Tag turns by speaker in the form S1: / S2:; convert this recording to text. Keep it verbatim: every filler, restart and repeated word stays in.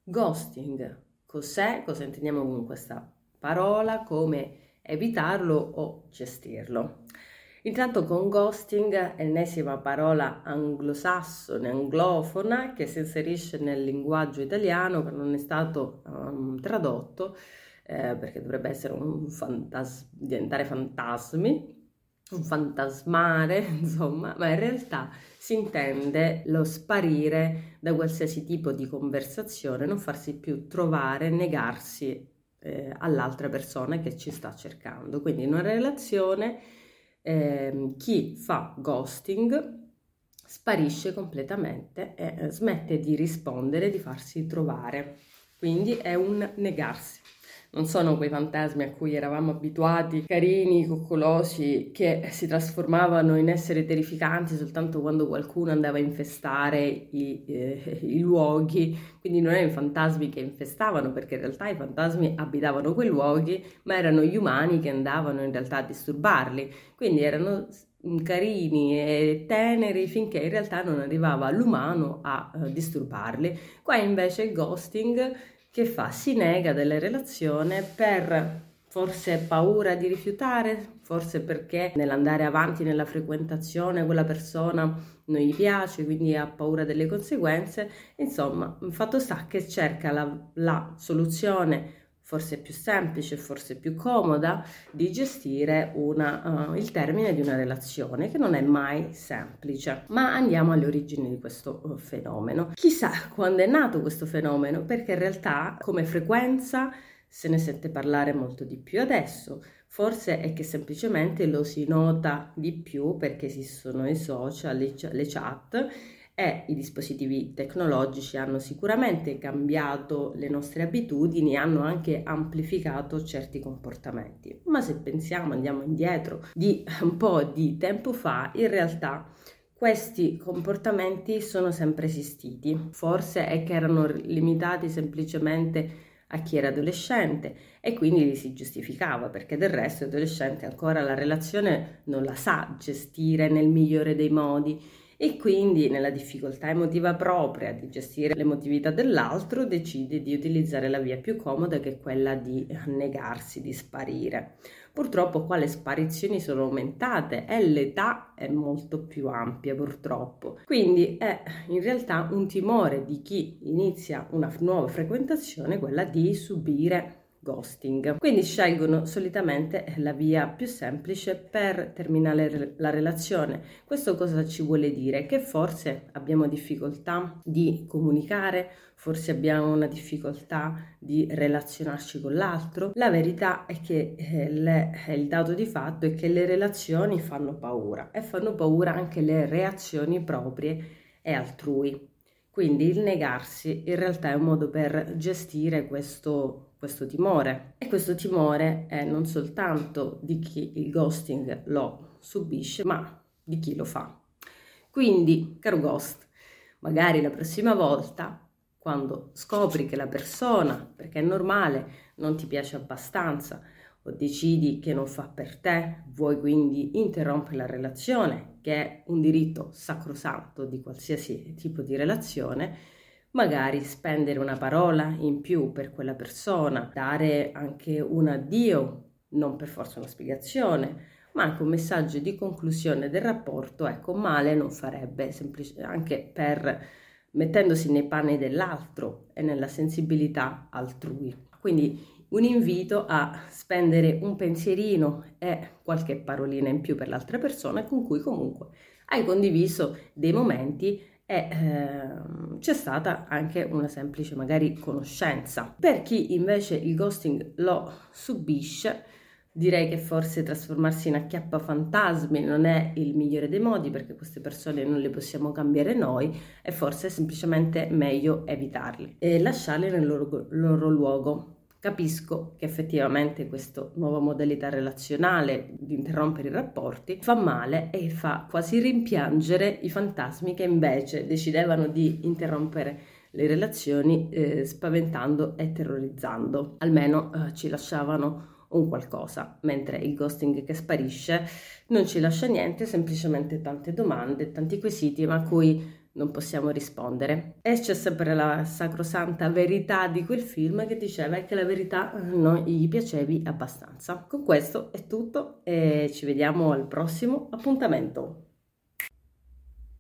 S1: Ghosting, cos'è? Cosa intendiamo con questa parola? Come evitarlo o gestirlo? Intanto con ghosting è l'ennesima parola anglosassone, anglofona, che si inserisce nel linguaggio italiano, che non è stato um, tradotto, eh, perché dovrebbe essere un fantas- diventare fantasmi, un fantasmare, insomma, ma in realtà si intende lo sparire da qualsiasi tipo di conversazione, non farsi più trovare, negarsi eh, all'altra persona che ci sta cercando. Quindi in una relazione eh, chi fa ghosting sparisce completamente e eh, smette di rispondere, di farsi trovare. Quindi è un negarsi. Non sono quei fantasmi a cui eravamo abituati, carini, coccolosi, che si trasformavano in esseri terrificanti soltanto quando qualcuno andava a infestare i, eh, i luoghi. Quindi non erano i fantasmi che infestavano, perché in realtà i fantasmi abitavano quei luoghi, ma erano gli umani che andavano in realtà a disturbarli. Quindi erano carini e teneri finché in realtà non arrivava l'umano a uh, disturbarli. Qua invece il ghosting che fa? Si nega della relazione per forse paura di rifiutare, forse perché nell'andare avanti nella frequentazione quella persona non gli piace, quindi ha paura delle conseguenze. Insomma, il fatto sta che cerca la, la soluzione forse più semplice, forse più comoda di gestire una, uh, il termine di una relazione, che non è mai semplice. Ma andiamo alle origini di questo uh, fenomeno. Chissà quando è nato questo fenomeno, perché in realtà come frequenza se ne sente parlare molto di più adesso. Forse è che semplicemente lo si nota di più perché esistono i social, le, le chat, e i dispositivi tecnologici hanno sicuramente cambiato le nostre abitudini e hanno anche amplificato certi comportamenti. Ma se pensiamo, andiamo indietro di un po' di tempo fa, in realtà questi comportamenti sono sempre esistiti. Forse è che erano limitati semplicemente a chi era adolescente e quindi li si giustificava, perché del resto l'adolescente ancora la relazione non la sa gestire nel migliore dei modi. E quindi nella difficoltà emotiva propria di gestire l'emotività dell'altro decide di utilizzare la via più comoda, che è quella di negarsi, di sparire. Purtroppo qua le sparizioni sono aumentate e l'età è molto più ampia purtroppo. Quindi è in realtà un timore di chi inizia una nuova frequentazione quella di subire ghosting. Quindi scelgono solitamente la via più semplice per terminare la relazione. Questo cosa ci vuole dire? Che forse abbiamo difficoltà di comunicare, forse abbiamo una difficoltà di relazionarci con l'altro. La verità è che eh, le, il dato di fatto è che le relazioni fanno paura e fanno paura anche le reazioni proprie e altrui. Quindi il negarsi in realtà è un modo per gestire questo, questo timore, e questo timore è non soltanto di chi il ghosting lo subisce, ma di chi lo fa. Quindi, caro ghost, magari la prossima volta, quando scopri che la persona, perché è normale, non ti piace abbastanza o decidi che non fa per te, vuoi quindi interrompere la relazione, che è un diritto sacrosanto di qualsiasi tipo di relazione, magari spendere una parola in più per quella persona, dare anche un addio, non per forza una spiegazione, ma anche un messaggio di conclusione del rapporto, ecco, male non farebbe, semplice, anche per mettendosi nei panni dell'altro e nella sensibilità altrui. Quindi un invito a spendere un pensierino e qualche parolina in più per l'altra persona con cui comunque hai condiviso dei momenti e eh, c'è stata anche una semplice magari conoscenza. Per chi invece il ghosting lo subisce, direi che forse trasformarsi in acchiappafantasmi non è il migliore dei modi, perché queste persone non le possiamo cambiare noi e forse è semplicemente meglio evitarli e lasciarle nel loro, loro luogo. Capisco che effettivamente questa nuova modalità relazionale di interrompere i rapporti fa male e fa quasi rimpiangere i fantasmi che invece decidevano di interrompere le relazioni eh, spaventando e terrorizzando. Almeno eh, ci lasciavano un qualcosa, mentre il ghosting che sparisce non ci lascia niente, semplicemente tante domande, tanti quesiti, ma a cui non possiamo rispondere. E c'è sempre la sacrosanta verità di quel film che diceva che la verità non gli piacevi abbastanza. Con questo è tutto e ci vediamo al prossimo appuntamento.